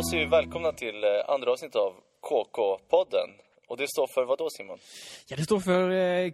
säger vi välkomna till andra avsnitt av KK-podden. Och det står för vad då, Simon? Ja, det står för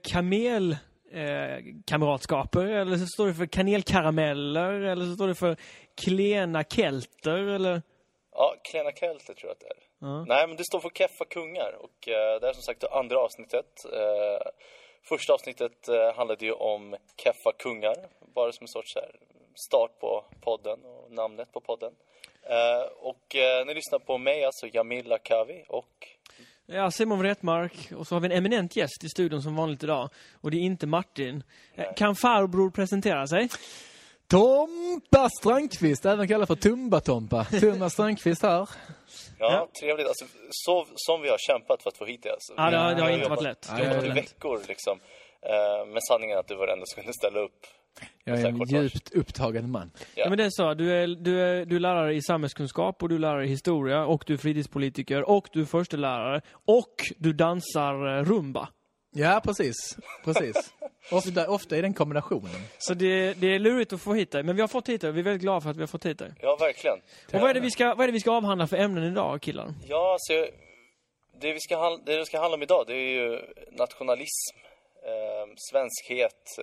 kamratskaper, eller så står det för kanelkarameller, eller så står det för klena kelter, eller... Ja, klena kelter tror jag att det är. Nej, men det står för keffa kungar. Och det är som sagt det andra avsnittet. Första avsnittet handlade ju om keffa kungar. Bara som en sorts här start på podden och namnet på podden. Och ni lyssnar på mig, alltså Jamil Akavi och... Ja, Simon Wretmark. Och så har vi en eminent gäst i studion som vanligt idag. Och det är inte Martin. Kan farbror presentera sig? Tompa Strandqvist, även kallad för Tumba-Tompa. Tumba Strandqvist här. Ja, trevligt. Alltså, så som vi har kämpat för att få hit det. Alltså. Ja, det har inte varit lätt. Det har varit i veckor liksom. Men sanningen är att du var ändå skulle ställa upp. Jag är en djupt upptagen man. Ja, men det är så. Du är lärare i samhällskunskap och du är lärare i historia och du är fritidspolitiker och du är förstelärare och du dansar rumba. Ja, precis. Ofta i den kombinationen. Så det är lurigt att få hit dig. Men vi har fått hit dig. Vi är väldigt glada för att vi har fått hit dig. Ja, verkligen. Och vad är det vi ska avhandla för ämnen idag, killar? Ja, alltså, det ska handla om idag, det är ju nationalism. Svenskhet,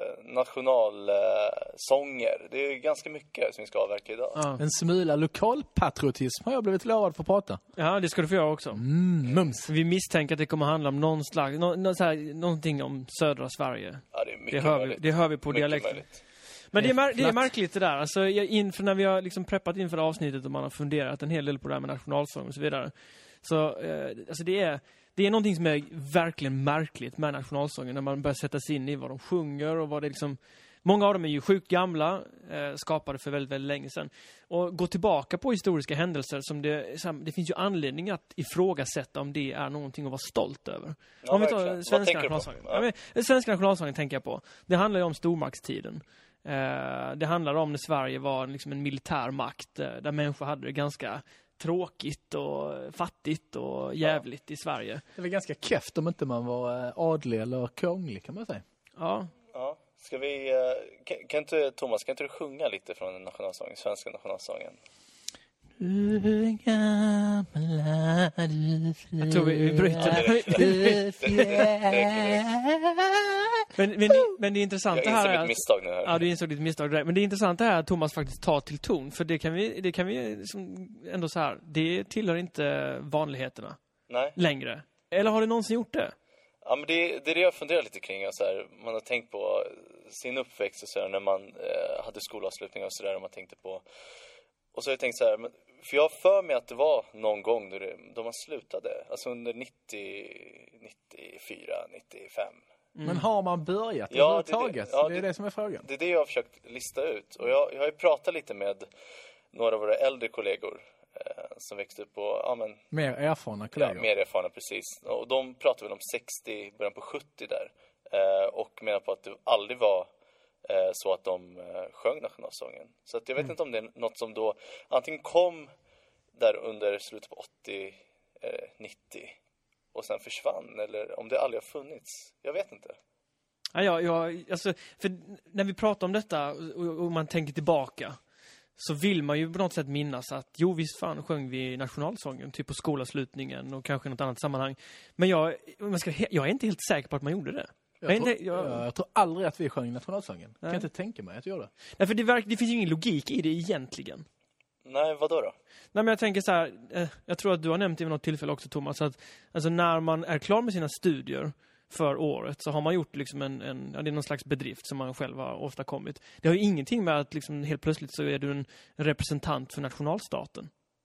nationalsånger. Det är ganska mycket som vi ska avverka idag. Ja. En smula lokalpatriotism har jag blivit lovad för att prata. Ja, det ska du få göra också. Mums. Vi misstänker att det kommer handla om någonting om södra Sverige. Ja, det är mycket det hör vi på dialekten. Men det är märkligt det där. Alltså, inför när vi har liksom preppat inför avsnittet och man har funderat en hel del på det här med nationalsång och så vidare. Så alltså det är någonting som är verkligen märkligt med nationalsången när man börjar sätta sig in i vad de sjunger och vad det liksom... Många av dem är ju sjukt gamla, skapade för väldigt, väldigt länge sedan. Och gå tillbaka på historiska händelser som det finns ju anledning att ifrågasätta om det är någonting att vara stolt över. Ja, om vi tar svenska nationalsången. Ja. Svenska nationalsången tänker jag på. Det handlar ju om stormaktstiden. Det handlar om när Sverige var liksom en militär makt där människor hade det ganska tråkigt och fattigt och jävligt i Sverige. Det var ganska keft om inte man var adlig eller kunglig, kan man säga. Ja. Ska vi... Kan inte du sjunga lite från nationalsången, svenska nationalsången? Jag tror vi bryter. Men det intressanta här är... misstag nu här. Ja, du insåg ditt misstag där. Men det intressanta här är att Thomas faktiskt tar till ton. För det kan vi liksom ändå så här... Det tillhör inte vanligheterna. Nej. Längre. Eller har du någonsin gjort det? Ja, men det är det jag funderar lite kring. Så här, man har tänkt på sin uppväxt och så här, när man hade skolavslutningar och sådär. Och man tänkte på... Och så har jag tänkt så här... För jag har för mig att det var någon gång då man slutade. Alltså under 90, 94, 95. Men har man börjat överhuvudtaget? Det är det som är frågan. Det är det jag har försökt lista ut. Och jag har ju pratat lite med några av våra äldre kollegor som växte upp på... Ja, men, mer erfarna kollegor. Ja, mer erfarna, precis. Och de pratade väl om 60, början på 70 där. Och menar på att det aldrig var så att de sjöng nationalsången. Så att jag vet inte om det är något som då antingen kom där under slutet på 80, 90 och sen försvann, eller om det aldrig har funnits. Jag vet inte. Alltså, för när vi pratar om detta och man tänker tillbaka så vill man ju på något sätt minnas att visst fan sjöng vi nationalsången typ på skolavslutningen och kanske i något annat sammanhang. Men jag är inte helt säker på att man gjorde det. Jag tror aldrig att vi sjöng nationalsången. Jag kan inte tänka mig att vi gjorde det. Nej, för det finns ju ingen logik i det egentligen. Nej, vadå då? Nej, men jag tänker så här, jag tror att du har nämnt i något tillfälle också, Thomas, att alltså, när man är klar med sina studier för året så har man gjort liksom det är någon slags bedrift som man själv har åstadkommit. Det har ju ingenting med att liksom, helt plötsligt så är du en representant för nationalstaten.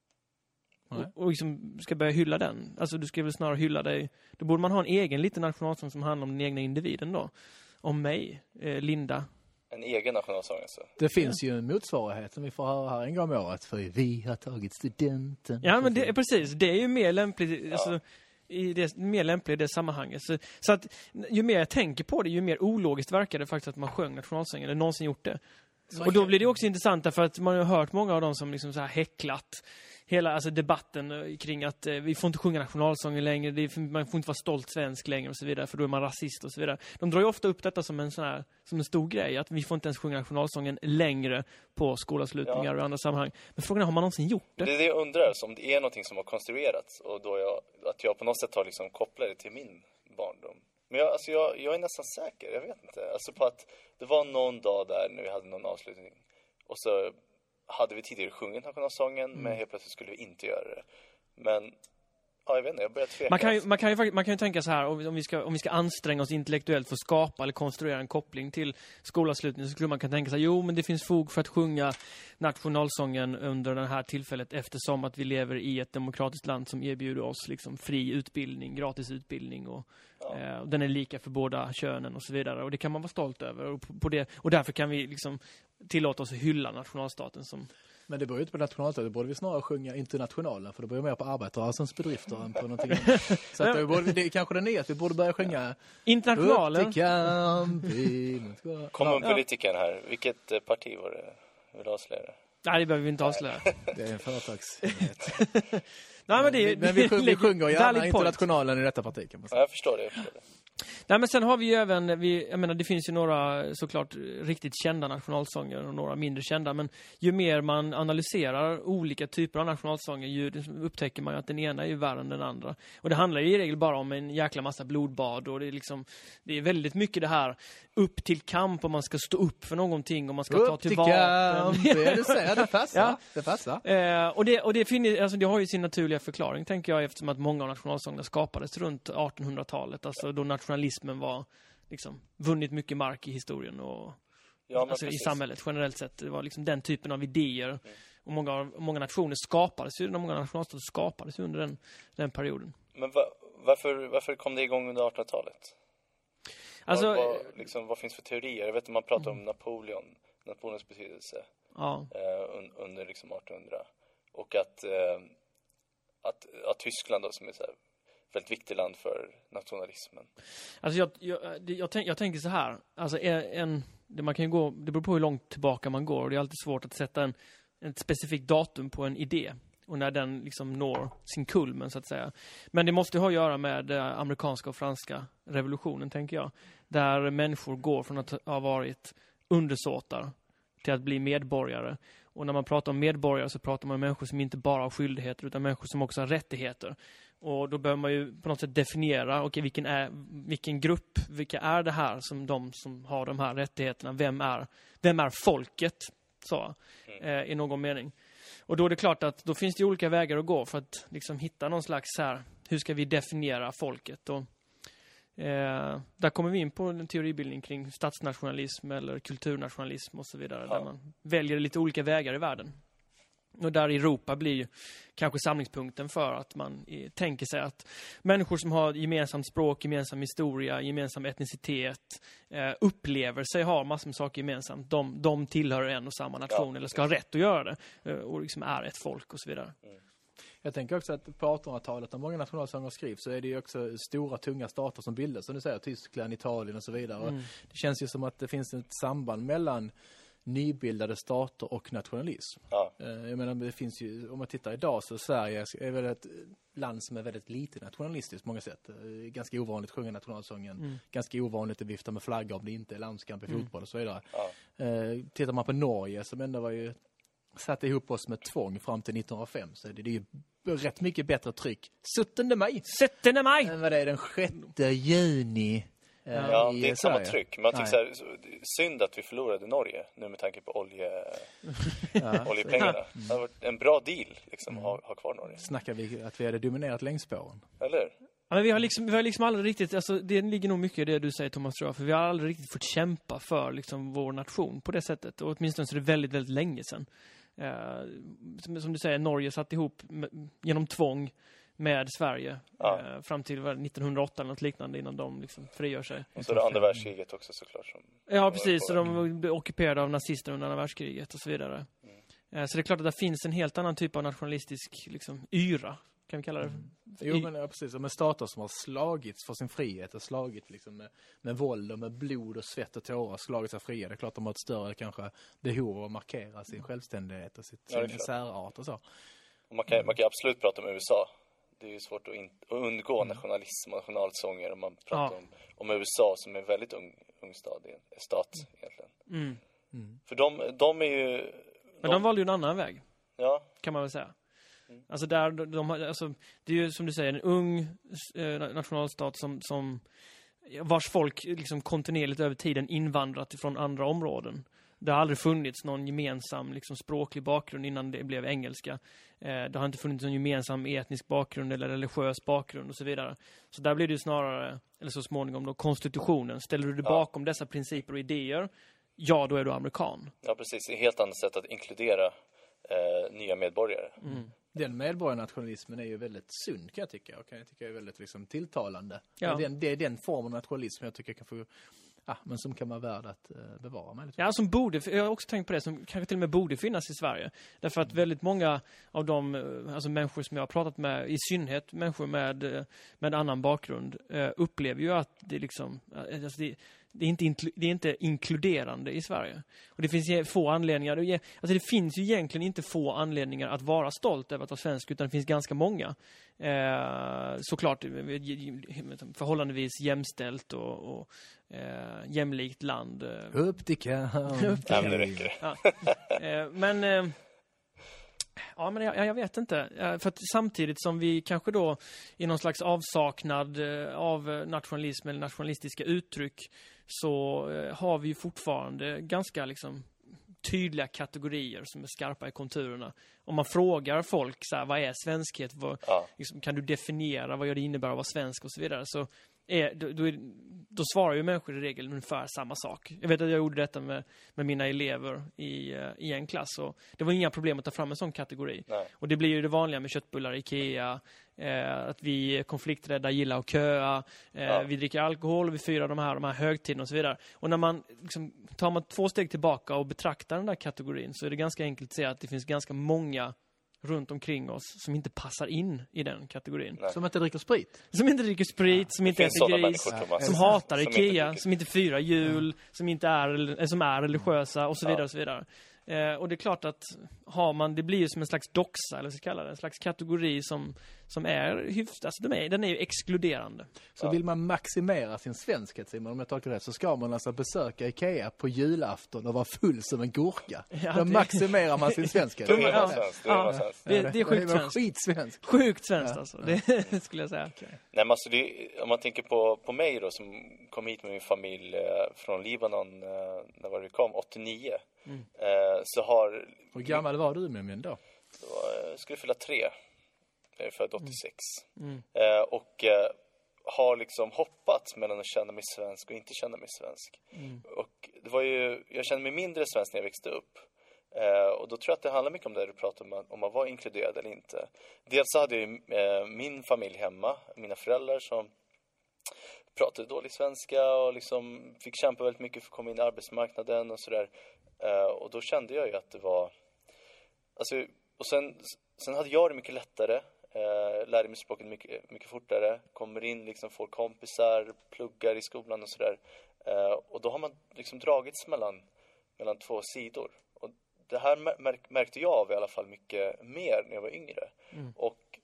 Och liksom ska börja hylla den. Alltså du ska väl snarare hylla dig. Då borde man ha en egen liten nationalsång som handlar om den egna individen då. Om mig, Linda. En egen nationalsång alltså. Det finns ju en motsvarighet som vi får höra här en gång om året. För vi har tagit studenten. Ja, men det är precis. Det är ju mer lämpligt alltså, mer lämpligt i det sammanhanget. Så att ju mer jag tänker på det, ju mer ologiskt verkar det faktiskt att man sjöng nationalsången eller någonsin gjort det. Och då blir det också intressant därför att man har hört många av dem som liksom så här häcklat hela alltså debatten kring att vi får inte sjunga nationalsången längre, man får inte vara stolt svensk längre och så vidare, för då är man rasist och så vidare. De drar ju ofta upp detta som en stor grej, att vi får inte ens sjunga nationalsången längre på skolavslutningar och andra sammanhang. Men frågan är, har man någonsin gjort det? Det är det jag undrar, om det är någonting som har konstruerats och då att jag på något sätt har liksom kopplat det till min barndom. Men jag är nästan säker, jag vet inte. Alltså på att det var någon dag där när vi hade någon avslutning och så hade vi tidigare sjungit nationalsången, men helt plötsligt skulle vi inte göra det. Men ja, jag vet inte, jag börjar tveka. Man kan ju tänka så här, om vi ska anstränga oss intellektuellt för att skapa eller konstruera en koppling till skolavslutningen, så skulle man kunna tänka sig, jo, men det finns fog för att sjunga nationalsången under det här tillfället, eftersom att vi lever i ett demokratiskt land som erbjuder oss liksom fri utbildning, gratis utbildning och den är lika för båda könen och så vidare, och det kan man vara stolt över, och på det, och därför kan vi liksom tillåta oss att hylla nationalstaten som... Men det beror ju inte på nationalstaten, det borde vi snarare sjunga internationalen, för det beror mer på arbetarrörelsens bedrifter än på någonting. Så att det kanske det är att vi borde börja sjunga internationalen. Kommunpolitiken här, vilket parti var det? Vill avslöja det? Nej, det behöver vi inte avslöja. Det är en företagshemlighet. Nej, men vi sjunger gärna internationalen i detta parti, kan man säga. Ja, jag förstår det. Nej, men sen har vi ju även, jag menar, det finns ju några såklart riktigt kända nationalsånger och några mindre kända, men ju mer man analyserar olika typer av nationalsånger, ju upptäcker man ju att den ena är ju värre än den andra. Och det handlar ju i regel bara om en jäkla massa blodbad, och det är väldigt mycket det här upp till kamp, och man ska stå upp för någonting, och man ska ta till vapen. Det passar. Det passar. Det har ju sin naturliga förklaring, tänker jag, eftersom att många av nationalsångerna skapades runt 1800-talet, alltså då nationalismen var liksom vunnit mycket mark i historien och i samhället generellt sett. Det var liksom den typen av idéer, och många nationer skapades ju, många nationalstater skapades under den perioden. Men varför kom det igång under 1800-talet? Alltså, vad finns för teorier? Jag vet att man pratar om Napoleons betydelse under liksom 1800, och att Tyskland då, som är så här väldigt viktigt land för nationalismen. Alltså jag tänker så här, alltså man kan ju gå, det beror på hur långt tillbaka man går, och det är alltid svårt att sätta ett specifikt datum på en idé och när den liksom når sin kulmen, så att säga. Men det måste ha att göra med amerikanska och franska revolutionen, tänker jag, där människor går från att ha varit undersåtar till att bli medborgare. Och när man pratar om medborgare så pratar man om människor som inte bara har skyldigheter, utan människor som också har rättigheter. Och då behöver man ju på något sätt definiera, vilken grupp, vilka är det här som de som har de här rättigheterna, vem är folket, så i någon mening. Och då är det klart att då finns det olika vägar att gå för att liksom hitta någon slags hur ska vi definiera folket? Och där kommer vi in på en teoribildning kring statsnationalism eller kulturnationalism och så vidare, där man väljer lite olika vägar i världen. Och där Europa blir kanske samlingspunkten för att man tänker sig att människor som har gemensamt språk, gemensam historia, gemensam etnicitet upplever sig ha massor med saker gemensamt. De tillhör en och samma nation eller ska ha rätt att göra det och liksom är ett folk och så vidare. Jag tänker också att på 1800-talet när många nationalsånger skrivs så är det ju också stora, tunga stater som bildas. Som du säger, Tyskland, Italien och så vidare. Och det känns ju som att det finns ett samband mellan nybildade stater och nationalism. Ja. Jag menar, det finns ju, om man tittar idag så Sverige är väl ett land som är väldigt lite nationalistiskt på många sätt. Ganska ovanligt sjunga nationalsången. Ganska ovanligt att vifta med flagga om det inte är landskamp i fotboll och så vidare. Ja. Tittar man på Norge som ändå var ju satte ihop oss med tvång fram till 1905, så det är ju rätt mycket bättre tryck 17 maj än vad det är den 6 juni. Ja, det är inte samma tryck. Man tycker så här, synd att vi förlorade Norge nu med tanke på oljepengarna. Det har varit en bra deal liksom, att ha kvar Norge. Snackar vi att vi hade dominerat längdspåren? Eller? Ja, men vi har liksom aldrig riktigt, alltså det ligger nog mycket i det du säger, Thomas, tror jag, för vi har aldrig riktigt fått kämpa för liksom vår nation på det sättet, och åtminstone så är det väldigt, väldigt länge sedan. Som du säger, Norge satt ihop genom tvång med Sverige fram till 1908 eller något liknande, innan de liksom frigör sig. Och så det andra världskriget också såklart. Ja, precis. Så de blev ockuperade av nazister under andra världskriget och så vidare. Så det är klart att det finns en helt annan typ av nationalistisk liksom, yra, kan vi kalla det. Jo, men ja, precis. Men stater som har slagits för sin frihet och slagit liksom med våld och med blod och svett och tårar, slagit sig fria. Det är klart att de har ett större kanske behov av att markera sin självständighet och sin särart och så. Man kan absolut prata om USA. Det är ju svårt att undgå nationalism och nationalsånger om man pratar om USA som är en väldigt ung stat egentligen. För de är ju... Men de valde ju en annan väg. Ja. Kan man väl säga. Alltså där det är ju som du säger en ung nationalstat som vars folk liksom kontinuerligt över tiden invandrat ifrån andra områden. Det har aldrig funnits någon gemensam liksom, språklig bakgrund innan det blev engelska. Det har inte funnits någon gemensam etnisk bakgrund eller religiös bakgrund och så vidare. Så där blir det ju snarare, eller så småningom då, konstitutionen. Ställer du dig bakom dessa principer och idéer, ja, då är du amerikan. Ja, precis. Ett helt annat sätt att inkludera nya medborgare. Den medborgarnationalismen är ju väldigt sund, kan jag tycka. Och kan jag tycka är väldigt liksom, tilltalande. Ja. Det är den formen av nationalism jag tycker kan få... men som kan vara värd att bevara med. Ja, jag har också tänkt på det, som kanske till och med borde finnas i Sverige. Därför att väldigt många av de människor som jag har pratat med, i synnerhet människor med annan bakgrund, upplever ju att det liksom, alltså det är inte inkluderande i Sverige. Och det finns få anledningar. Alltså det finns ju egentligen inte få anledningar att vara stolt över att vara svensk, utan det finns ganska många. Såklart förhållandevis jämställt och jämlikt land. Upp till kamp. Ja, men det räcker. Men jag vet inte. För att samtidigt som vi kanske då i någon slags avsaknad av nationalism eller nationalistiska uttryck, så har vi ju fortfarande ganska liksom tydliga kategorier som är skarpa i konturerna. Om man frågar folk så här, vad är svenskhet? Liksom, kan du definiera vad det innebär att vara svensk och så vidare, så då svarar ju människor i regel ungefär samma sak. Jag vet att jag gjorde detta med mina elever i en klass, och det var inga problem att ta fram en sån kategori. Nej. Och det blir ju det vanliga med köttbullar i Ikea, att vi är konflikträdda, gillar att köa, vi dricker alkohol, vi firar de här högtiderna och så vidare. Och när man liksom, tar man 2 steg tillbaka och betraktar den där kategorin, så är det ganska enkelt att se att det finns ganska många runt omkring oss som inte passar in i den kategorin. Nej. Som inte dricker sprit. Som inte dricker sprit, som inte äter gris, som hatar Ikea, som inte firar jul, som är religiösa och så vidare och så vidare. Och det är klart att det blir ju som en slags doxa, eller så kallar det, en slags kategori som är hyfsat, alltså den är ju exkluderande. Så vill man maximera sin svenskhet, Simon, om jag tolkar det, så ska man alltså besöka Ikea på julafton och vara full som en gurka. Då maximerar man sin svenskhet. Det är sjukt svenskt. Skitsvenskt. Sjukt svenskt alltså, det skulle jag säga. Nej, men alltså om man tänker på mig då, som kom hit med min familj från Libanon när var det kom, 89. Så har... Hur gammal var du med min då? Jag skulle fylla 3. Jag är född 86. Och har liksom hoppat mellan att känna mig svensk och inte känna mig svensk. Och det var ju, jag kände mig mindre svensk när jag växte upp. Och då tror jag att det handlar mycket om det du pratade om man var inkluderad eller inte. Dels så hade jag min familj hemma, mina föräldrar som pratade dålig svenska och liksom fick kämpa väldigt mycket för att komma in i arbetsmarknaden och sådär. Och då kände jag ju att det var... Alltså, och sen hade jag det mycket lättare. Lärde mig språket mycket fortare. Kommer in, liksom, får kompisar, pluggar i skolan och sådär. Och då har man liksom dragits mellan 2 sidor. Och det här märkte jag av i alla fall mycket mer när jag var yngre. Och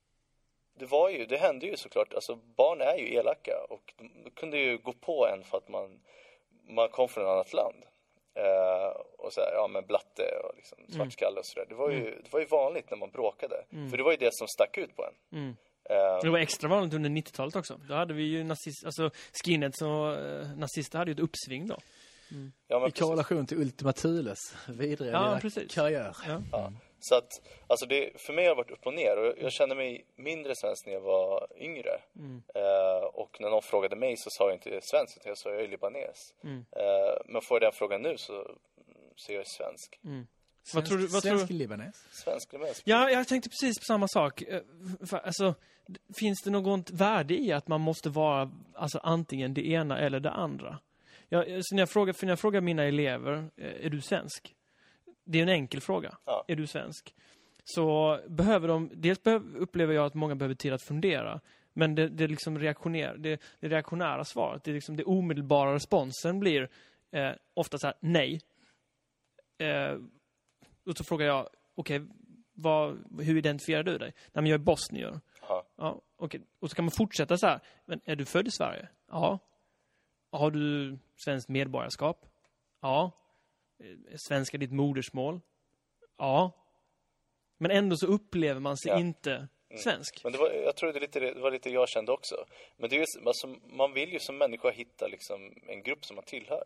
det hände ju såklart, alltså barn är ju elaka och de kunde ju gå på en för att man kom från ett annat land. Och så här, men blatte och liksom svartskalle och sådär. Det var ju vanligt när man bråkade. För det var ju det som stack ut på en. Det var extra vanligt under 90-talet också. Då hade vi ju skinheads och nazister hade ju ett uppsving då. Ja, i korrelation till Ultima Thules vidriga karriär. Ja. Så att, alltså för mig har det varit upp och ner. Och jag kände mig mindre svensk när jag var yngre. Och när någon frågade mig så sa jag inte svensk, utan jag sa jag är libanes. Men får jag den frågan nu så är jag svensk. Vad tror du? Svensk libanes? Svensk libanes. Ja, jag tänkte precis på samma sak. Alltså, finns det något värde i att man måste vara antingen det ena eller det andra? Så när jag frågar mina elever, är du svensk? Det är en enkel fråga. Ja. Är du svensk? Så upplever jag att många behöver tid att fundera. Men det liksom det reaktionära svaret, det liksom det omedelbara responsen blir ofta så här, nej. Och så frågar jag, okej, hur identifierar du dig? Nej, men jag är bosnier. Ja, okej. Och så kan man fortsätta så här. Men är du född i Sverige? Ja. Har du svenskt medborgarskap? Ja. Är svenska ditt modersmål? Ja. Men ändå så upplever man sig inte svensk. Men jag tror det var lite jag kände också. Men det är ju, alltså, man vill ju som människa hitta liksom en grupp som man tillhör.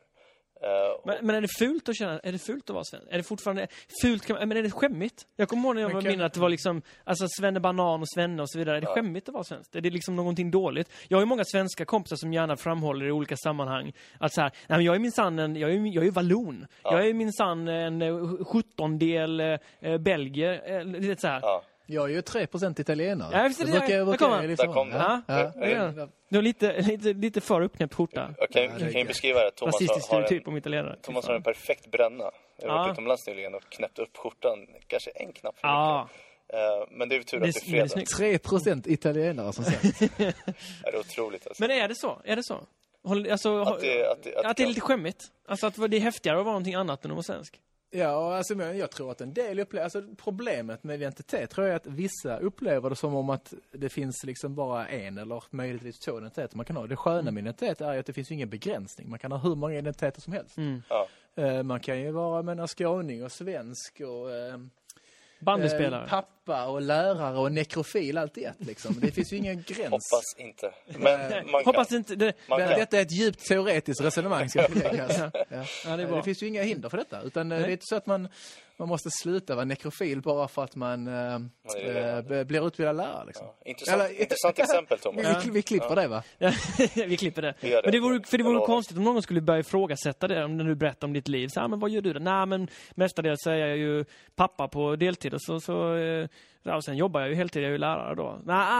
Men är det fult att känna? Är det fult att vara svensk? Är det fortfarande fult? Men är det skämmigt? Jag kommer ihåg när jag var mindre att det var liksom, alltså Svenne Banan och Svenne och så vidare. Är det skämmigt att vara svensk? Är det liksom någonting dåligt? Jag har ju många svenska kompisar som gärna framhåller i olika sammanhang att så här, nej men jag är minsann jag är vallon. Jag är minsann en 17-del belgier, lite så här. Jag är ju 3% italienare. Ja, visst det. Där kom det. Du har lite för uppknäppt skjorta. Jag kan ju beskriva det. Thomas har en perfekt bränna. Jag har varit utomlands nyligen och knäppt upp skjortan. Kanske en knapp för mycket. Men det är tur att det är fredag. 3% italienare som sagt. Det är otroligt. Alltså. Men är det så? Alltså, att det är lite skämmigt? Alltså att det är häftigare att vara någonting annat än att vara svensk? Ja, alltså, men jag tror att en del upplever, alltså problemet med identitet tror jag att vissa upplever det som om att det finns liksom bara en eller möjligtvis 2 identiteter man kan ha. Det sköna med identitet är att det finns ingen begränsning. Man kan ha hur många identiteter som helst. Man kan ju vara skåning och svensk och bandespelare. Pappa och lärare och nekrofil, allt i ett liksom. Det finns ju ingen gräns. Hoppas inte. Men man hoppas inte. Detta är ett djupt teoretiskt resonemang. Ska det finns ju inga hinder för detta. Utan det är inte så att man måste sluta vara nekrofil bara för att man blir utbildad lärare. Liksom. Intressant exempel, Thomas. Vi klipper det, va? Vi klipper det. Men det vore konstigt om någon skulle börja ifrågasätta det om du berättar om ditt liv. Så men vad gör du då? Nej, men mestadels så är jag ju pappa på deltid och och sen jobbar jag ju heltid, jag är ju lärare då.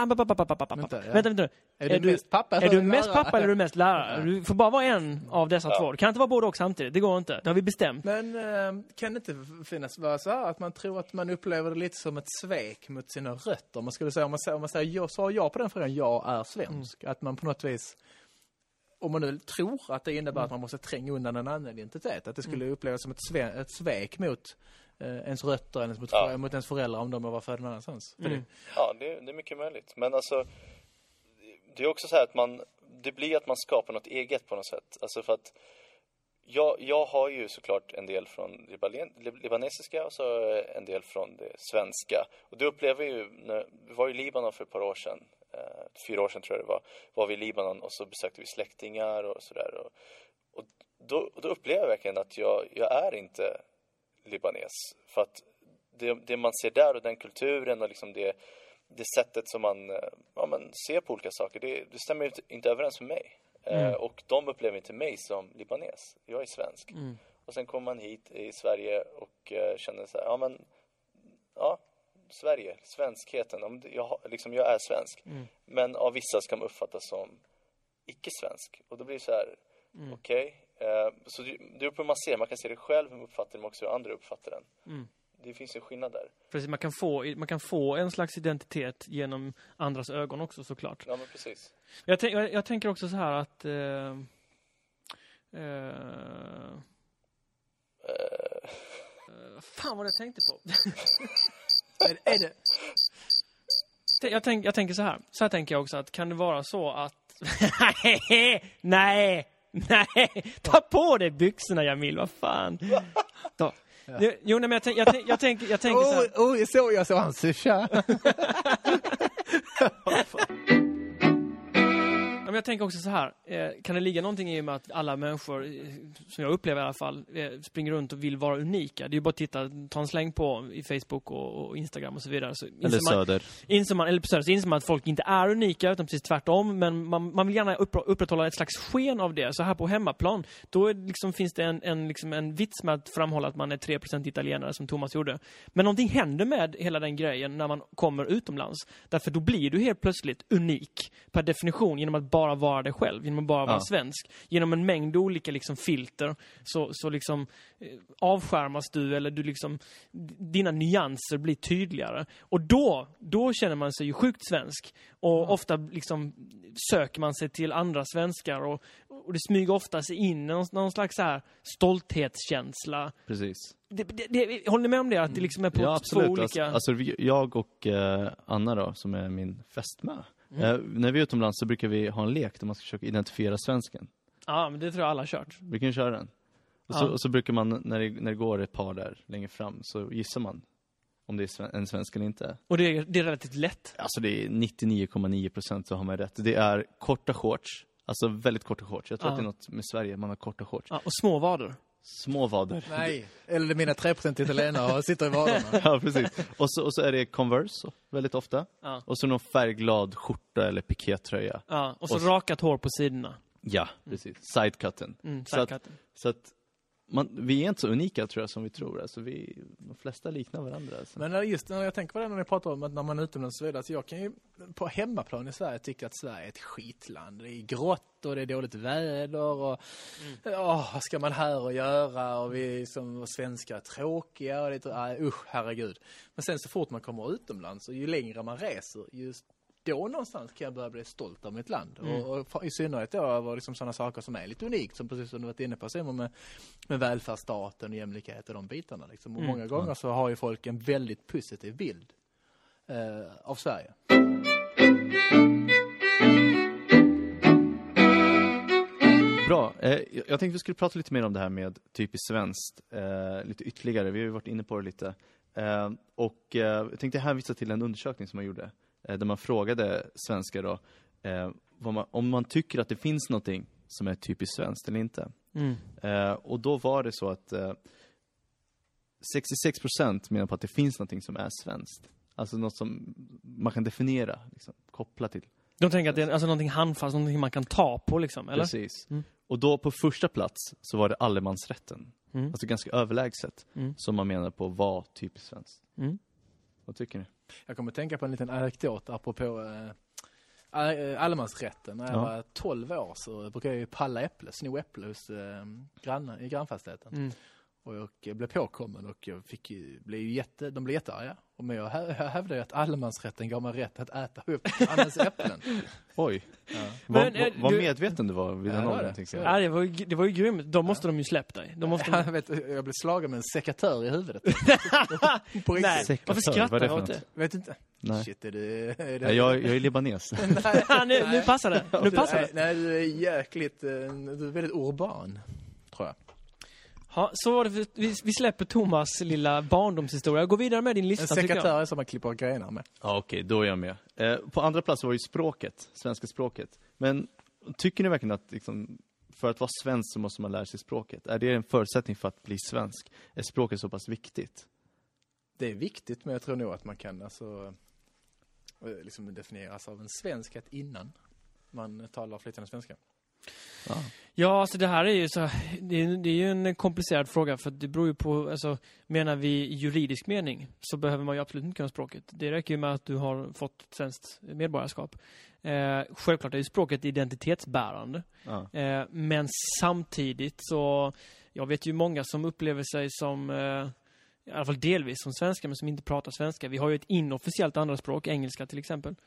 Vänta. Är du mest pappa eller är du mest lärare? Du får bara vara en av dessa två. Det kan inte vara både och samtidigt. Det går inte. Det har vi bestämt. Men kan det inte finnas vara så här att man tror att man upplever det lite som ett svek mot sina rötter? Man skulle säga, om man säger så jag på den frågan, jag är svensk. Att man på något vis, om man nu tror att det innebär att man måste tränga undan en annan identitet, att det skulle upplevas som ett svek mot ens rötter eller mot ens föräldrar om de var födda någon annanstans. Ja, det är mycket möjligt. Men alltså, det är också så här att det blir att man skapar något eget på något sätt. Alltså för att jag har ju såklart en del från libanesiska och så en del från det svenska. Och det upplever ju, vi var i Libanon för ett par år sedan, 4 år sedan tror jag det var vi i Libanon och så besökte vi släktingar och sådär. Och då upplever jag verkligen att jag är inte libanes. För att det man ser där och den kulturen och liksom det sättet som man ser på olika saker, det stämmer inte överens med mig. Och de upplever inte mig som libanes. Jag är svensk. Och sen kommer man hit i Sverige och känner så här, Sverige, svenskheten. Jag är svensk. Men av vissa ska man uppfattas som icke-svensk. Och då blir det så här, okej. Så det är upp hur man ser. Man kan se det själv, hur man uppfattar det, men också hur andra uppfattar den. Det finns en skillnad där. Precis, man kan få en slags identitet genom andras ögon också, såklart. Ja, men precis. Jag tänker också så här att fan vad jag tänkte på. är det? Jag tänker så här. Så här tänker jag också att kan det vara så att Nej, ta på dig byxorna, Jamil, vad fan. Då. Jo, nej, men jag tänker så här. Jag såg han susha. Men jag tänker också så här, kan det ligga någonting i med att alla människor, som jag upplever i alla fall, springer runt och vill vara unika? Det är ju bara att ta en släng på i Facebook och Instagram och så vidare. Så eller Söder. Inser man att folk inte är unika, utan precis tvärtom, men man vill gärna upprätthålla ett slags sken av det. Så här på hemmaplan, då finns det en vits med att framhålla att man är 3% italienare, som Thomas gjorde. Men någonting händer med hela den grejen när man kommer utomlands. Därför då blir du helt plötsligt unik per definition genom att bara bara vara dig själv, genom att bara vara svensk. Genom en mängd olika liksom filter så liksom avskärmas du, eller du liksom, dina nyanser blir tydligare. Och då känner man sig ju sjukt svensk. Och ofta liksom söker man sig till andra svenskar, och det smyger ofta sig in någon slags så här stolthetskänsla. Precis. Håller ni med om det? Att det liksom är på två olika... Alltså jag och Anna då, som är min fästmö. När vi är utomlands så brukar vi ha en lek där man ska försöka identifiera svensken. Ja, men det tror jag alla har kört. Vi kan köra den. Och så brukar man, när det går ett par där längre fram, så gissar man om det är en svensk eller inte. Och det är relativt lätt. Alltså det är 99,9% så har man rätt. Det är korta shorts. Alltså väldigt korta shorts. Jag tror att det är något med Sverige, man har korta shorts. Ja, och små vader. Små vader. Nej, eller mina 3% italienare sitter i vaderna. Ja, precis. Och så är det Converse väldigt ofta. Ja. Och så någon färgglad skjorta eller pikétröja. Ja, och så rakat hår på sidorna. Ja, precis. Sidecutten. Sidecutten. Så att vi är inte så unika, tror jag, som vi tror. Alltså de flesta liknar varandra. Alltså. Men just när jag tänker på det, när ni pratar om att när man är utomlands så vidare, så jag kan ju på hemmaplan i Sverige tycka att Sverige är ett skitland. Det är grått och det är dåligt väder och vad ska man här och göra, och vi som svenskar är tråkiga och det är herregud. Men sen så fort man kommer utomlands, och ju längre man reser, just då någonstans kan jag börja bli stolt av mitt land. Och i synnerhet då över liksom sådana saker som är lite unikt, som precis som du varit inne på, Simon, med välfärdsstaten och jämlikhet och de bitarna. Liksom. Och många gånger så har ju folk en väldigt positiv bild av Sverige. Bra. Jag tänkte vi skulle prata lite mer om det här med typiskt svenskt. Lite ytterligare. Vi har ju varit inne på det lite. Och jag tänkte hänvisa till en undersökning som man gjorde. Där man frågade svenskar då, om man tycker att det finns någonting som är typiskt svenskt eller inte. Och då var det så att 66% menar på att det finns någonting som är svenskt. Alltså något som man kan definiera, liksom, koppla till. De tänker att det är alltså någonting handfast, någonting man kan ta på liksom, eller? Precis. Och då på första plats så var det allemansrätten. Alltså ganska överlägset som man menar på var typiskt svenskt. Vad tycker ni? Jag kommer att tänka på en liten anekdot apropå allemansrätten. När jag var 12 år så brukade jag ju palla sno äpple hos i grannfastigheten. Och jag blev påkommen och jag de blev jättearga. Men jag hävdade ju att allemansrätten gav mig rätt att äta upp annans äpplen. Oj. Ja. Vad medveten du var vid den åldern. Ja, det var ju grymt. Då måste de ju släppa dig. Jag blev slagen med en sekatör i huvudet. Nej, varför skrattar du åt det? Vet inte. Nej. Shit, är det... Ja, jag är libanes. nu passar det. Nu passar det. Nej, du är jäkligt... Du är väldigt urban, tror jag. Ja, så var det. Vi släpper Thomas lilla barndomshistoria. Jag går vidare med din lista. En sekatör är som man klipper grenar med. Ja, okej, då är jag med. På andra plats var det ju språket, svenska språket. Men tycker ni verkligen att liksom, för att vara svensk så måste man lära sig språket? Är det en förutsättning för att bli svensk? Är språket så pass viktigt? Det är viktigt, men jag tror nog att man kan liksom definieras av en svenskhet innan man talar flytande svenska. Ja, alltså det här är ju så, det är ju en komplicerad fråga, för det beror ju på, alltså, menar vi i juridisk mening så behöver man ju absolut inte kunna språket. Det räcker ju med att du har fått ett svenskt medborgarskap. Självklart är ju språket identitetsbärande. Men samtidigt så, jag vet ju många som upplever sig som, i alla fall delvis som svenska, men som inte pratar svenska. Vi har ju ett inofficiellt andra språk, engelska till exempel.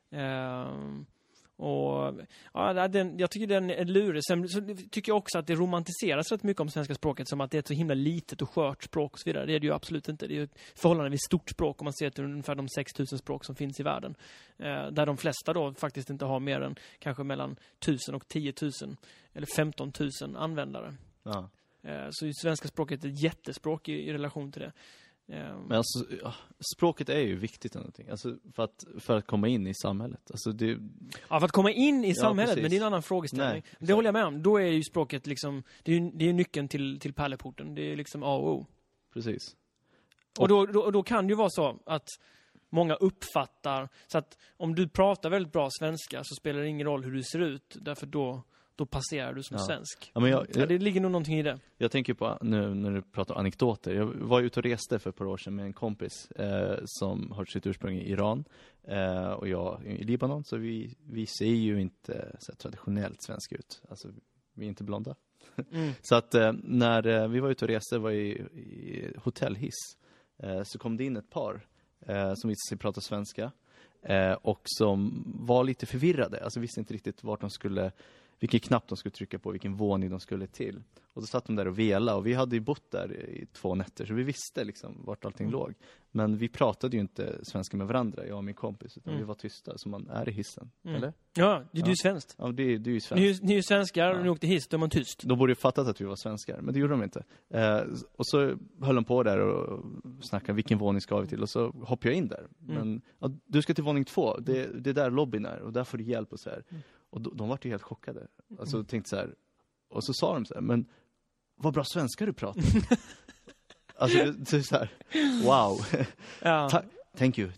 Och ja, jag tycker den är lurig. Sen så tycker jag också att det romantiseras rätt mycket om svenska språket, som att det är ett så himla litet och skört språk och så vidare. Det är det ju absolut inte. Det är ju ett förhållandevis stort språk om man ser till ungefär de 6000 språk som finns i världen. Där de flesta då faktiskt inte har mer än kanske mellan 1000 och 10 000 eller 15 000 användare. Ja. Så ju svenska språket är ett jättespråk i relation till det. Men alltså, språket är ju viktigt någonting. Alltså för att komma in i samhället. Alltså ja, för att komma in i samhället, precis. Men det är en annan frågeställning. Nej, det håller jag med om. Då är ju språket liksom, det är nyckeln till pärleporten. Det är liksom A och O. Precis. Och då kan det ju vara så att många uppfattar, så att om du pratar väldigt bra svenska så spelar det ingen roll hur du ser ut, därför då då passerar du som svensk. Ja, men det ligger nog någonting i det. Jag tänker på, nu när du pratar anekdoter, jag var ute och reste för ett par år sedan med en kompis som har sitt ursprung i Iran och jag i Libanon, så vi ser ju inte så traditionellt svenska ut. Alltså, vi är inte blonda. Så att när vi var ute och reste, var i hotellhiss, så kom det in ett par som visste sig prata svenska och som var lite förvirrade. Alltså visste inte riktigt vilken knapp de skulle trycka på, vilken våning de skulle till. Och så satt de där och vela, och vi hade ju bott där i 2 nätter, så vi visste liksom vart allting låg. Men vi pratade ju inte svenska med varandra, jag och min kompis, utan vi var tysta som man är i hissen, eller? Ja, du är ju svenskt. Ja, du är ju svensk. Ni är ju svenskar och ni åkte hiss, då är man tyst. De borde ju fattat att vi var svenskar, men det gjorde de inte. Och så höll de på där och snackade, vilken våning ska vi till? Och så hoppade jag in där. Men du ska till våning 2, det är där lobbyn är, och där får du hjälp och så här. Och de var ju helt chockade. Alltså tänkte så här, och så sa de så här, men vad bra svenska du pratar. Alltså det är så här, wow. Ja. Thank you.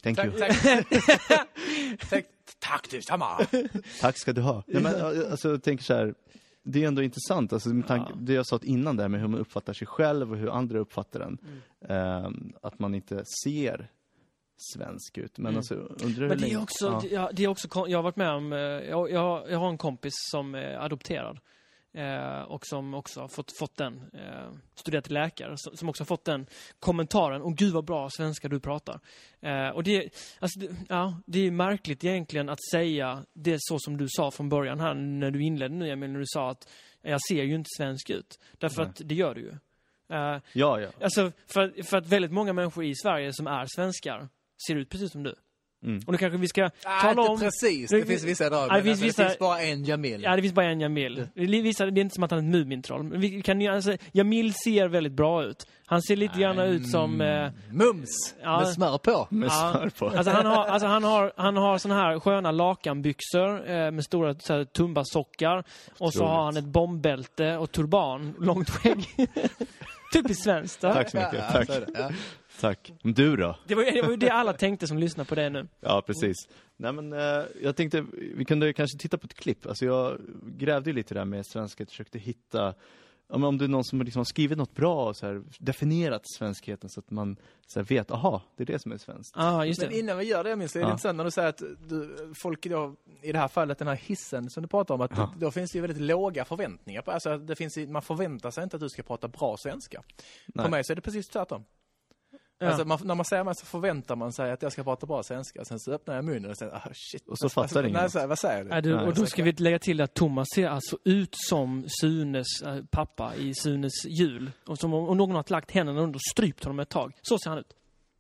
Tack du, samma. Tack ska du ha. Ja, men, alltså, jag tänker så här, det är ändå intressant. Alltså, det jag sa innan där med hur man uppfattar sig själv och hur andra uppfattar den. Att man inte ser svensk ut. Men alltså, undrar men det är också, det är också, jag har varit med om, jag har en kompis som är adopterad. Och som också har fått den studerat till läkare, som också har fått den kommentaren, åh gud vad bra svenska du pratar. Och det är märkligt egentligen att säga det så som du sa från början här när du inledde nu, när du sa att jag ser ju inte svensk ut. Därför att det gör du ju. Ja. Alltså för att väldigt många människor i Sverige som är svenskar ser ut precis som du. Och då kanske vi ska tala om... precis, det finns vissa drag. Det finns bara en Jamil. Ja, det finns bara en Jamil. Det är inte som att han är ett Mumintroll. Men Jamil ser väldigt bra ut. Han ser lite grann ut som... Mums! Med smör på. Alltså han har såna här sköna lakanbyxor med stora tumbasockar. Och så har han ett bombbälte och turban, långt skägg. Typiskt svenskt. Tack så mycket. Tack. Tack. Men du då? Det var ju det alla tänkte som lyssnar på det nu. Ja, precis. Nej, men jag tänkte, vi kunde kanske titta på ett klipp. Alltså jag grävde lite där med svenska, försökte hitta, om det är någon som liksom har skrivit något bra och så här, definierat svenskheten så att man så här, vet, aha, det är det som är svenskt. Just det. Men innan vi gör det, minst, är det intressant när du säger att folk idag, i det här fallet den här hissen som du pratar om, att då finns det ju väldigt låga förväntningar på, alltså man förväntar sig inte att du ska prata bra svenska. På mig så är det precis tvärtom. Ja. Alltså när man säger så förväntar man sig att jag ska prata bra svenska. Sen så öppnar jag munnen och säger shit. Och så fattar ingen. Vad säger du? Och då ska vi lägga till att Thomas ser alltså ut som Sunes pappa i Sunes jul. Och som om någon har lagt händerna under och strypt honom ett tag. Så ser han ut.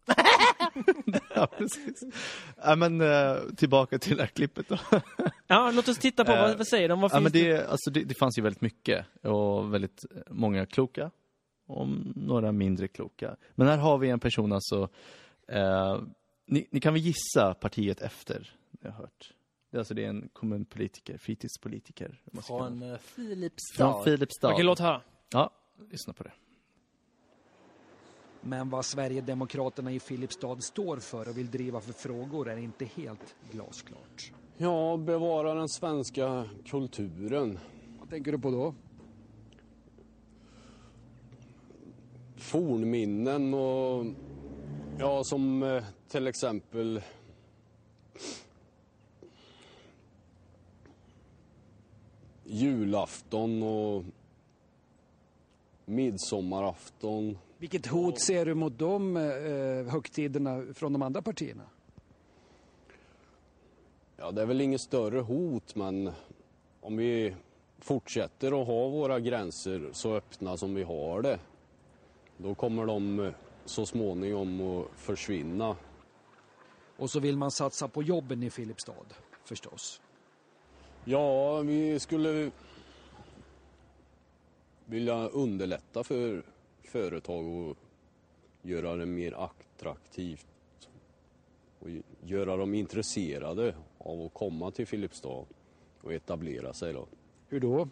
Ja, precis. Ja, men tillbaka till det här klippet då. Ja, låt oss titta på vad säger de. Men det fanns ju väldigt mycket och väldigt många kloka. Om några mindre kloka. Men här har vi en person alltså, ni kan väl gissa partiet efter, jag har hört. Det är en kommunpolitiker, fritidspolitiker. Från Filipstad. Okej, låt höra. Ja, lyssna på det. Men vad Sverigedemokraterna i Filipstad står för och vill driva för frågor är inte helt glasklart. Ja, bevara den svenska kulturen. Vad tänker du på då? Fornminnen och som till exempel julafton och midsommarafton. Vilket hot ser du mot de högtiderna från de andra partierna? Ja, det är väl inget större hot, men om vi fortsätter att ha våra gränser så öppna som vi har det, då kommer de så småningom att försvinna. Och så vill man satsa på jobben i Filipstad, förstås. Ja, vi skulle vilja underlätta för företag och göra det mer attraktivt och göra dem intresserade av att komma till Filipstad och etablera sig då. Hur då?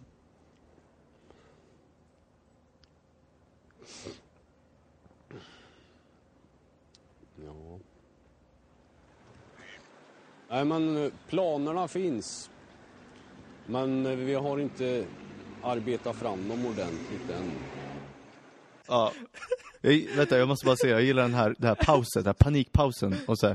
Ja. Nej, men planerna finns. Men vi har inte arbetat fram dem ordentligt än. Ja. Jag måste bara säga, jag gillar den här pausen, den här panikpausen och så här.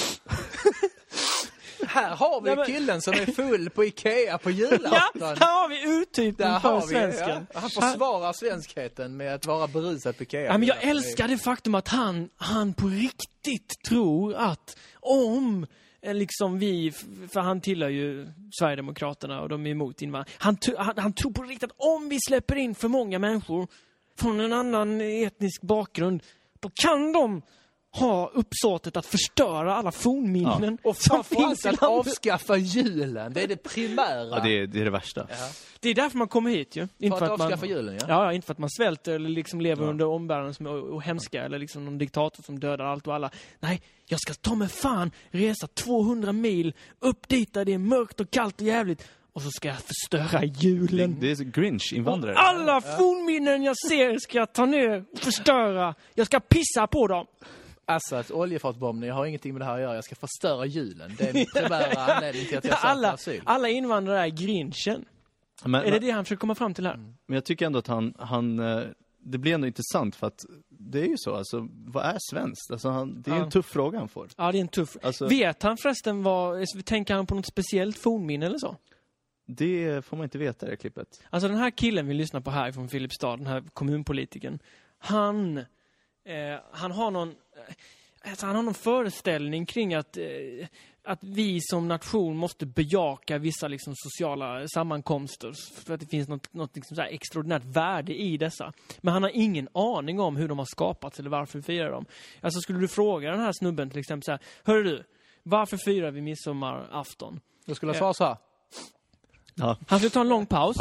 Här har vi killen som är full på Ikea på julafton. Ja, här har vi urtypen för svensken. Ja. Han försvarar svenskheten med att vara berusad på Ikea. Ja, men jag älskar det faktum att han på riktigt tror att om liksom för han tillhör ju Sverigedemokraterna och de är emot invandring. Han tror på riktigt att om vi släpper in för många människor från en annan etnisk bakgrund, då kan de ha uppsåtet att förstöra alla fornminnen och framförallt att avskaffa julen. Det är det primära. Ja, det är det värsta. Ja. Det är därför man kommer hit ju. Inte för att avskaffa julen, ja. Ja, inte för att man svälter eller liksom lever under ombäranden som är hemska eller liksom någon diktator som dödar allt och alla. Nej, jag ska ta med fan resa 200 mil upp dit där det är mörkt och kallt och jävligt. Och så ska jag förstöra julen. Det är så Grinch-invandrare. Alla fornminnen jag ser ska jag ta ner och förstöra. Jag ska pissa på dem. Alltså, att oljefatsbombning har ingenting med det här att göra. Jag ska förstöra julen. Det är min primära anledning till att jag söker asyl. Alla invandrare är Grinchen. Är det han försöker komma fram till här? Men jag tycker ändå att han det blir ändå intressant för att det är ju så, alltså, vad är svenskt? Alltså det är en tuff fråga han får. Ja, det är en tuff. Alltså, vet han förresten tänker han på något speciellt fornminne eller så? Det får man inte veta i det klippet. Alltså den här killen vi lyssnar på här från Filipstad, den här kommunpolitiken, han har någon föreställning kring att vi som nation måste bejaka vissa liksom sociala sammankomster för att det finns något liksom så här extraordinärt värde i dessa. Men han har ingen aning om hur de har skapats eller varför vi firar dem. Alltså skulle du fråga den här snubben till exempel så här: hörru du, varför firar vi midsommarafton? Då skulle jag svara så här. Ja. Han skulle ta en lång paus.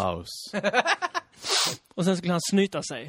Och sen skulle han snyta sig.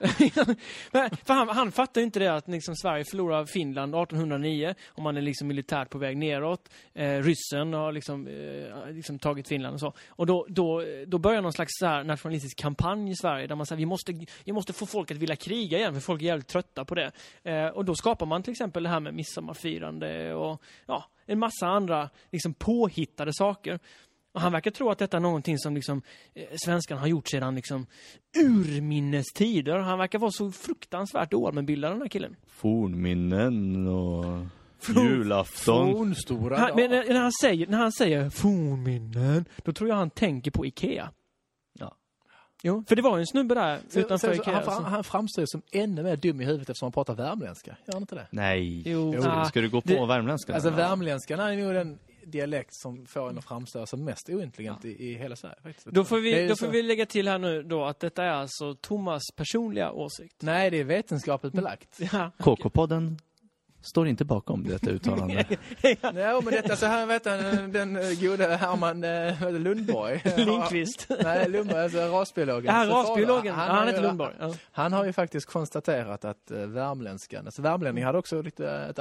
För han fattar ju inte det att liksom Sverige förlorar Finland 1809 och man är liksom militärt på väg neråt. Ryssen har liksom tagit Finland och så. Och då börjar någon slags så här nationalistisk kampanj i Sverige där man säger vi måste få folk att vilja kriga igen för folk är jävligt trötta på det. Och då skapar man till exempel det här med midsommarfirande och en massa andra liksom påhittade saker. Och han verkar tro att detta är någonting som liksom, svenskarna har gjort sedan liksom, urminnestider. Han verkar vara så fruktansvärt allmänbildad, den här killen. Fornminnen och julafton. Fornstora men när han säger fornminnen, då tror jag han tänker på Ikea. Ja. Jo, för det var ju en snubbe där utanför Ikea. Han framstår som ännu mer dum i huvudet eftersom han pratar värmländska. Gör han inte det? Nej. Jo. Ska du gå på värmländska? Alltså värmländskan är nog den dialekt som får en att framstå som mest ointelligent i hela Sverige. Faktiskt. Då får vi lägga till här nu då att detta är alltså Thomas personliga åsikt. Nej, det är vetenskapligt belagt. Ja. KK-podden står inte bakom detta uttalande. Ja, men detta så här vet han, den gode Herman Lundborg. Lindqvist. Nej, Lundborg, alltså rasbiologen. Ja, rasbiologen. Han heter Lundborg. Ja. Han har ju faktiskt konstaterat att värmländskan, alltså värmlänning hade också lite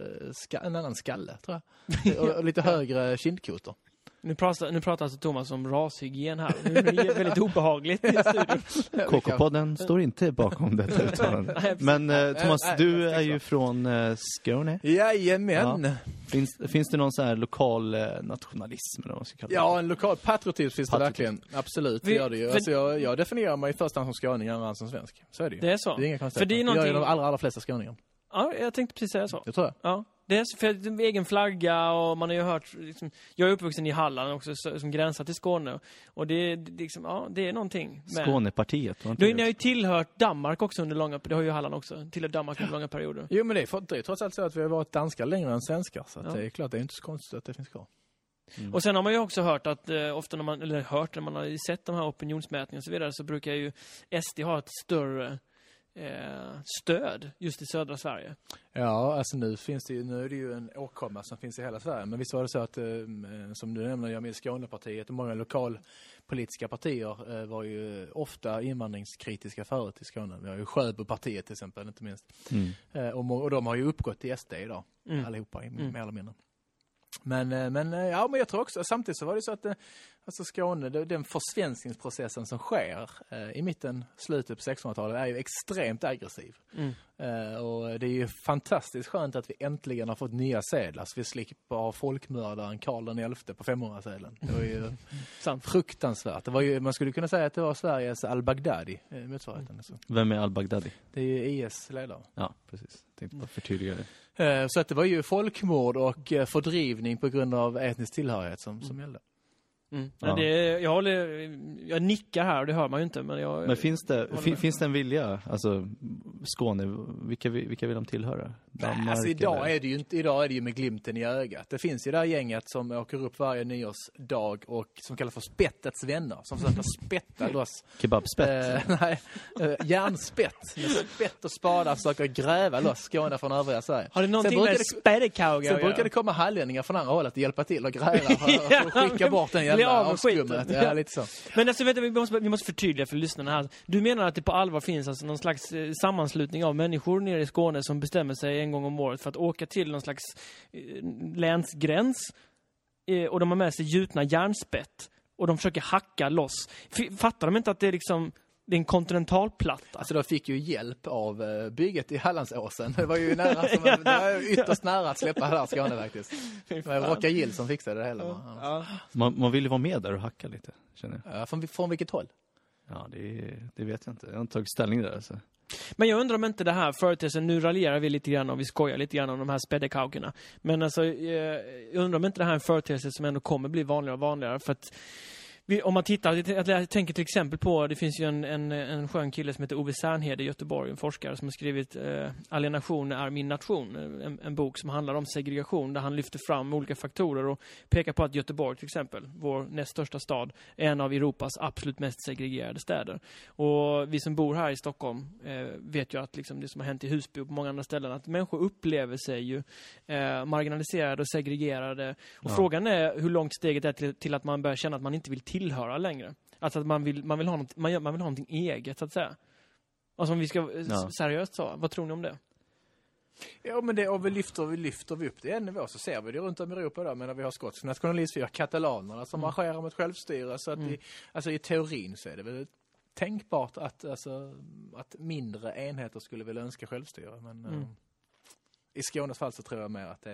en annan skalle, tror jag. Och lite högre kindkotor. Nu pratar alltså Thomas om rashygien här. Nu är det väldigt obehagligt i studion. KK-podden står inte bakom detta uttalande. Men Thomas, du är ju från Skåne. Jajamän. Ja. Finns det någon så här lokal nationalism eller vad man ska kalla det? Ja, en lokal patriotism finns det verkligen. Absolut, det gör det ju. Alltså, jag definierar mig i första hand som skåning än som svensk. Så är det ju. Det är så. Det är inga konstigt. För det är någonting... Jag är de allra flesta skåningar. Ja, jag tänkte precis säga så. Det tror jag. Ja. Det är för egen flagga och man har ju hört liksom, jag är uppvuxen i Halland också som gränsar till Skåne och det är liksom det är någonting med Skånepartiet. Ni har ju tillhört Danmark också under långa, det har ju Halland också tillhört Danmark under långa perioder. Jo, men det är trots allt så att vi har varit danskar längre än svenskar så att det är klart det är inte så konstigt att det finns kvar. Mm. Och sen har man ju också hört att ofta när man har sett de här opinionsmätningarna och så vidare så brukar ju SD ha ett större stöd just i södra Sverige. Ja, alltså nu är det ju en åkomma som finns i hela Sverige. Men visst var det så att, som du nämnde, jag med Skånepartiet och många lokalpolitiska partier var ju ofta invandringskritiska förut i Skåne. Vi har ju Sjöbopartiet till exempel, inte minst. Och de har ju uppgått till SD idag, allihopa, mer eller mindre. Men jag tror också, samtidigt så var det så att alltså Skåne, den försvenskningsprocessen som sker i slutet på 1600-talet är ju extremt aggressiv. Och det är ju fantastiskt skönt att vi äntligen har fått nya sedlar så vi slipper ha folkmördaren Karl XI på 500-sedeln. Det var ju fruktansvärt. Det var ju, man skulle kunna säga att det var Sveriges al-Baghdadi motsvarigheten. Alltså. Vem är al-Baghdadi? Det är ju IS-ledare. Ja, precis. Tänkte bara förtydliga det. Så att det var ju folkmord och fördrivning på grund av etnisk tillhörighet som gällde. Ja. Jag nickar här och det hör man ju inte. Men finns det en vilja? Alltså Skåne, vilka vill de tillhöra? Nej, alltså idag är det ju med glimten i ögat. Det finns ju det här gänget som åker upp varje nyårsdag och som kallas för spettets vänner. Som försöker spetta loss. Kebabspett? Nej, järnspett. Med spett och spadar försöker gräva loss Skåne från övriga Sverige. Har det någonting med spädekauga? Sen brukar det komma hallänningar från andra hållet att hjälpa till och gräva för att skicka bort den jävla avskummet. Ja, lite så. Men alltså, vi måste förtydliga för lyssnarna här. Du menar att det på allvar finns alltså någon slags sammanslutning av människor nere i Skåne som bestämmer sig en gång om året för att åka till någon slags länsgräns och de har med sig gjutna järnspett och de försöker hacka loss. Fattar de inte att det är liksom det är en kontinentalplatta? Alltså de fick ju hjälp av bygget i Hallandsåsen. Det var ju nära det var ytterst nära att släppa här Skåne faktiskt. Det var Rocka Gill som fixade det hela. Ja. Man vill ju vara med där och hacka lite, känner jag. Ja, från vilket håll? Ja, det vet jag inte. Jag har inte tagit ställning där. Så. Men jag undrar om inte det här företeelsen, nu raljerar vi lite grann och vi skojar lite grann om de här späddekaukerna. Men alltså, jag undrar om inte det här är en företeelse som ändå kommer bli vanligare och vanligare. För att om man tittar, jag tänker till exempel på, det finns ju en skön kille som heter Ove Särnhed i Göteborg, en forskare som har skrivit Alienation är min nation, en bok som handlar om segregation där han lyfter fram olika faktorer och pekar på att Göteborg till exempel, vår näst största stad, är en av Europas absolut mest segregerade städer. Och vi som bor här i Stockholm vet ju att liksom det som har hänt i Husby och på många andra ställen, att människor upplever sig ju marginaliserade och segregerade. Och frågan är hur långt steget är till att man börjar känna att man inte vill tillhöra längre. Alltså att man vill ha någonting eget så att säga. Alltså om vi ska seriöst så, vad tror ni om det? Ja, men det och vi lyfter upp det en nivå så ser vi det runt om i Europa då, men när vi har skotsk nationalism, vi har katalanerna som marscherar mot självstyre så att i teorin så är det väl tänkbart att mindre enheter skulle väl önska självstyre, men i Skånes fall så tror jag mer att det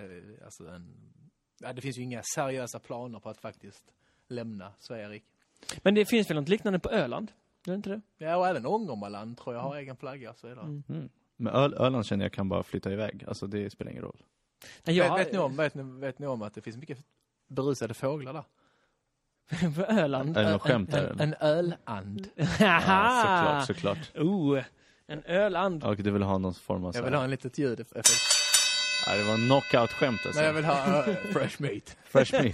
är det finns ju inga seriösa planer på att faktiskt lämna Sverige. Men det finns väl något liknande på Öland? Är det inte det? Ja, och även Ångermanland tror jag har egen flagga. Så är det. Men Öland känner jag kan bara flytta iväg. Alltså det spelar ingen roll. Vet ni om att det finns mycket berusade fåglar där? På Öland? Är det något skämt där? En öland. Ja, såklart. En öland. Och du vill ha någon form av... Jag vill ha en litet ljudeffekt. Nej, det var en knockout-skämt alltså. Nej, jag vill ha fresh meat. Fresh meat.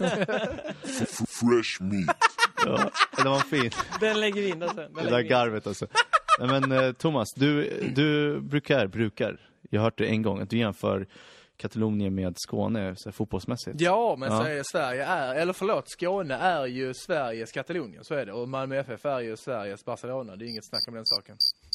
Fresh meat. Ja, det var fint. Den lägger vi in alltså. Det där garvet alltså. Men Thomas, du brukar, jag har hört det en gång, att du jämför Katalonien med Skåne så fotbollsmässigt. Ja, men Skåne är ju Sveriges Katalonien, så är det. Och Malmö FF är ju Sveriges Barcelona, det är inget snack om den saken.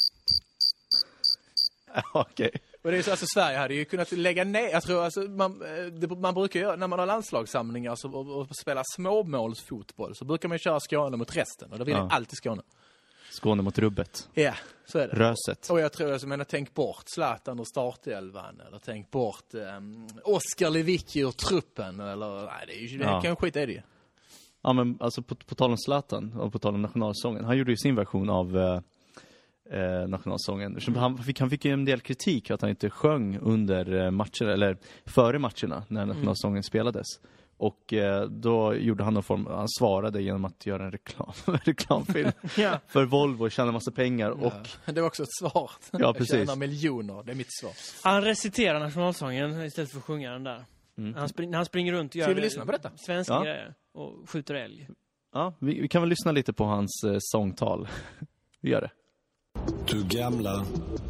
Okej. Och det är så, alltså Sverige hade ju kunnat lägga ner, jag tror alltså man brukar göra, när man har landslagssamlingar och spelar småmålsfotboll så brukar man köra Skåne mot resten och då vinner alltid Skåne. Skåne mot rubbet. Ja, så är det. Röset. Och jag tror att tänk bort Zlatan och startelvan eller tänk bort Oskar Lewicki ur truppen eller nej, det kan skit är det ju. Ja, men alltså på tal om Zlatan och på tal om nationalsången, han gjorde ju sin version av nationalsången. Han fick ju en del kritik att han inte sjöng under matcher eller före matcherna när nationalsången spelades. Och då gjorde han han svarade genom att göra en reklamfilm för Volvo och tjäna massa pengar. Och det var också ett svar. Ja, precis. Tjäna miljoner, det är mitt svar. Han reciterar nationalsången istället för att sjunga den där. Han springer runt och gör svenska grejer och skjuter älg. Ja, vi kan väl lyssna lite på hans sångtal. Vi gör det. Du gamla,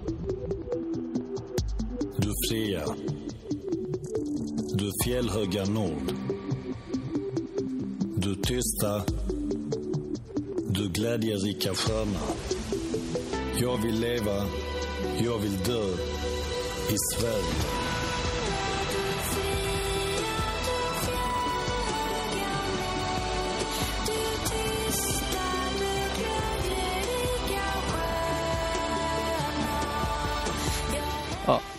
du fria, du fjällhöga nord, du tysta, du glädjerika sköna. Jag vill leva, jag vill dö i Sverige.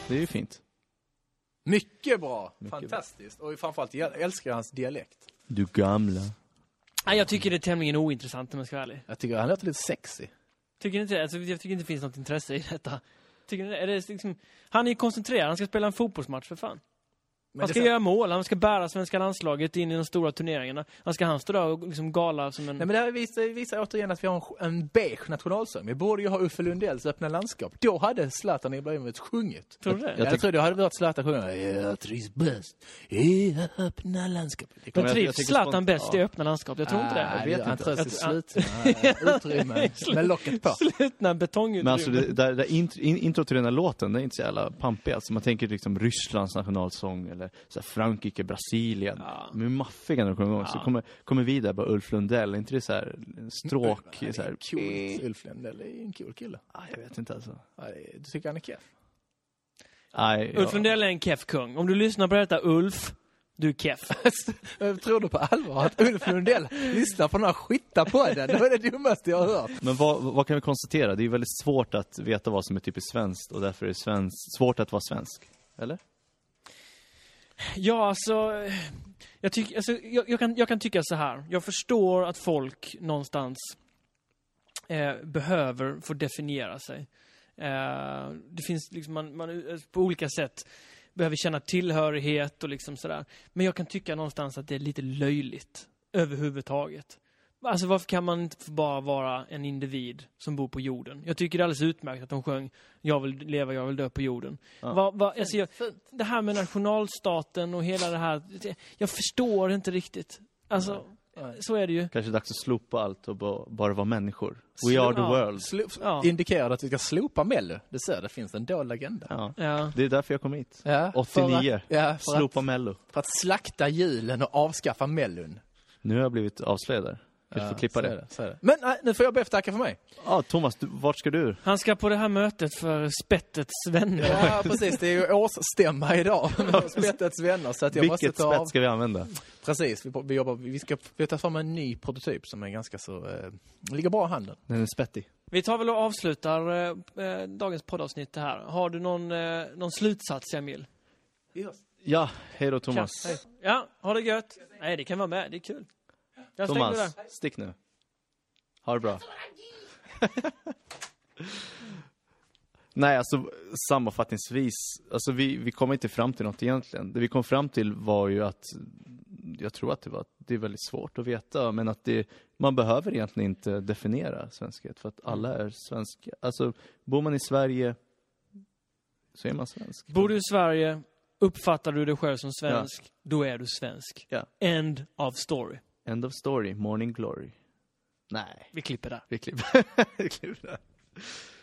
Det är ju fint. Mycket bra. Mycket Fantastiskt. Och framförallt jag älskar hans dialekt. Du gamla. Nej, jag tycker det är tämligen ointressant om jag ska vara ärlig. Jag tycker han låter lite sexy. Tycker ni inte det? Alltså, jag tycker inte det finns något intresse i detta. Tycker ni det? Är det liksom, han är ju koncentrerad, han ska spela en fotbollsmatch för fan. Han ska göra mål, han ska bära svenska landslaget in i de stora turneringarna. Han ska stå där och liksom gala som en... Nej, men det här visar återigen att vi har en beige nationalsång. Vi borde ju ha Uffe Lundells Öppna landskap. Då hade Zlatan Ibrahimovic sjungit. Tror du det? Jag tror det hade varit Zlatan sjunga. Jag trivs bäst i öppna landskap. Men trivs Zlatan bäst i öppna landskap? Jag tror inte det. Jag vet inte. Han trivs i slutna utrymmen med locket på. Slutna betongutrymmen. Men alltså det intro till den här låten, det är inte så jävla pampig. Alltså man tänker liksom Rysslands nationalsång eller så här Frankrike, Brasilien. Ja. Men maffiga när de kommer igång. Så kommer vi där bara Ulf Lundell. Är inte det så här en stråk? Nej, så här, cool. Ulf Lundell är en cool kille. Jag vet inte alltså. Du tycker han är keff? Nej, Ulf Lundell är en keff-kung. Om du lyssnar på detta, Ulf, du är keff. Tror du på allvar att Ulf Lundell lyssnar på den här skitta på den? Det var det dummaste jag har hört. Men vad kan vi konstatera? Det är väldigt svårt att veta vad som är typiskt svenskt och därför är det svårt att vara svensk. Eller? Ja, alltså... Jag kan tycka så här. Jag förstår att folk någonstans behöver få definiera sig. Det finns liksom... Man på olika sätt behöver känna tillhörighet och liksom sådär. Men jag kan tycka någonstans att det är lite löjligt överhuvudtaget. Alltså varför kan man inte bara vara en individ som bor på jorden? Jag tycker det är alldeles utmärkt att de sjöng jag vill leva, jag vill dö på jorden. Ja. Det här med nationalstaten och hela det här, jag förstår inte riktigt. Alltså, så är det ju. Kanske dags att slopa allt och bara vara människor. We are the world. Indikerar att vi ska slopa Mello. Det finns en dold agenda. Ja. Det är därför jag kom hit. Ja, 89. Slopa Mello. För att slakta julen och avskaffa Mellon. Nu har jag blivit avslöjad där. Jag får klippa det. Så är det. Men nu får jag be tacka för mig. Ja, Thomas, vart ska du? Han ska på det här mötet för Spettets vänner. Ja, precis. Det är ju årsstämma idag med Spettets vänner. Så att jag Vilket måste ta spett ska vi använda? Precis, vi ska ta fram en ny prototyp som är ganska så... ligger bra i handen. Den är spettig. Vi tar väl och avslutar dagens poddavsnitt här. Har du någon slutsats, Emil? Ja, hej då Thomas. Hej. Ja, ha det gött. Nej, det kan vara med, det är kul. Thomas, stick nu. Ha det bra. Nej, alltså sammanfattningsvis, alltså vi kom inte fram till något egentligen. Det vi kom fram till var ju att jag tror att det är väldigt svårt att veta, men att man behöver egentligen inte definiera svenskhet för att alla är svenska. Alltså bor man i Sverige så är man svensk. Bor du i Sverige, uppfattar du dig själv som svensk, då är du svensk. Ja. End of story. End of story, morning glory. Nej. Vi klipper där. Vi klipper där.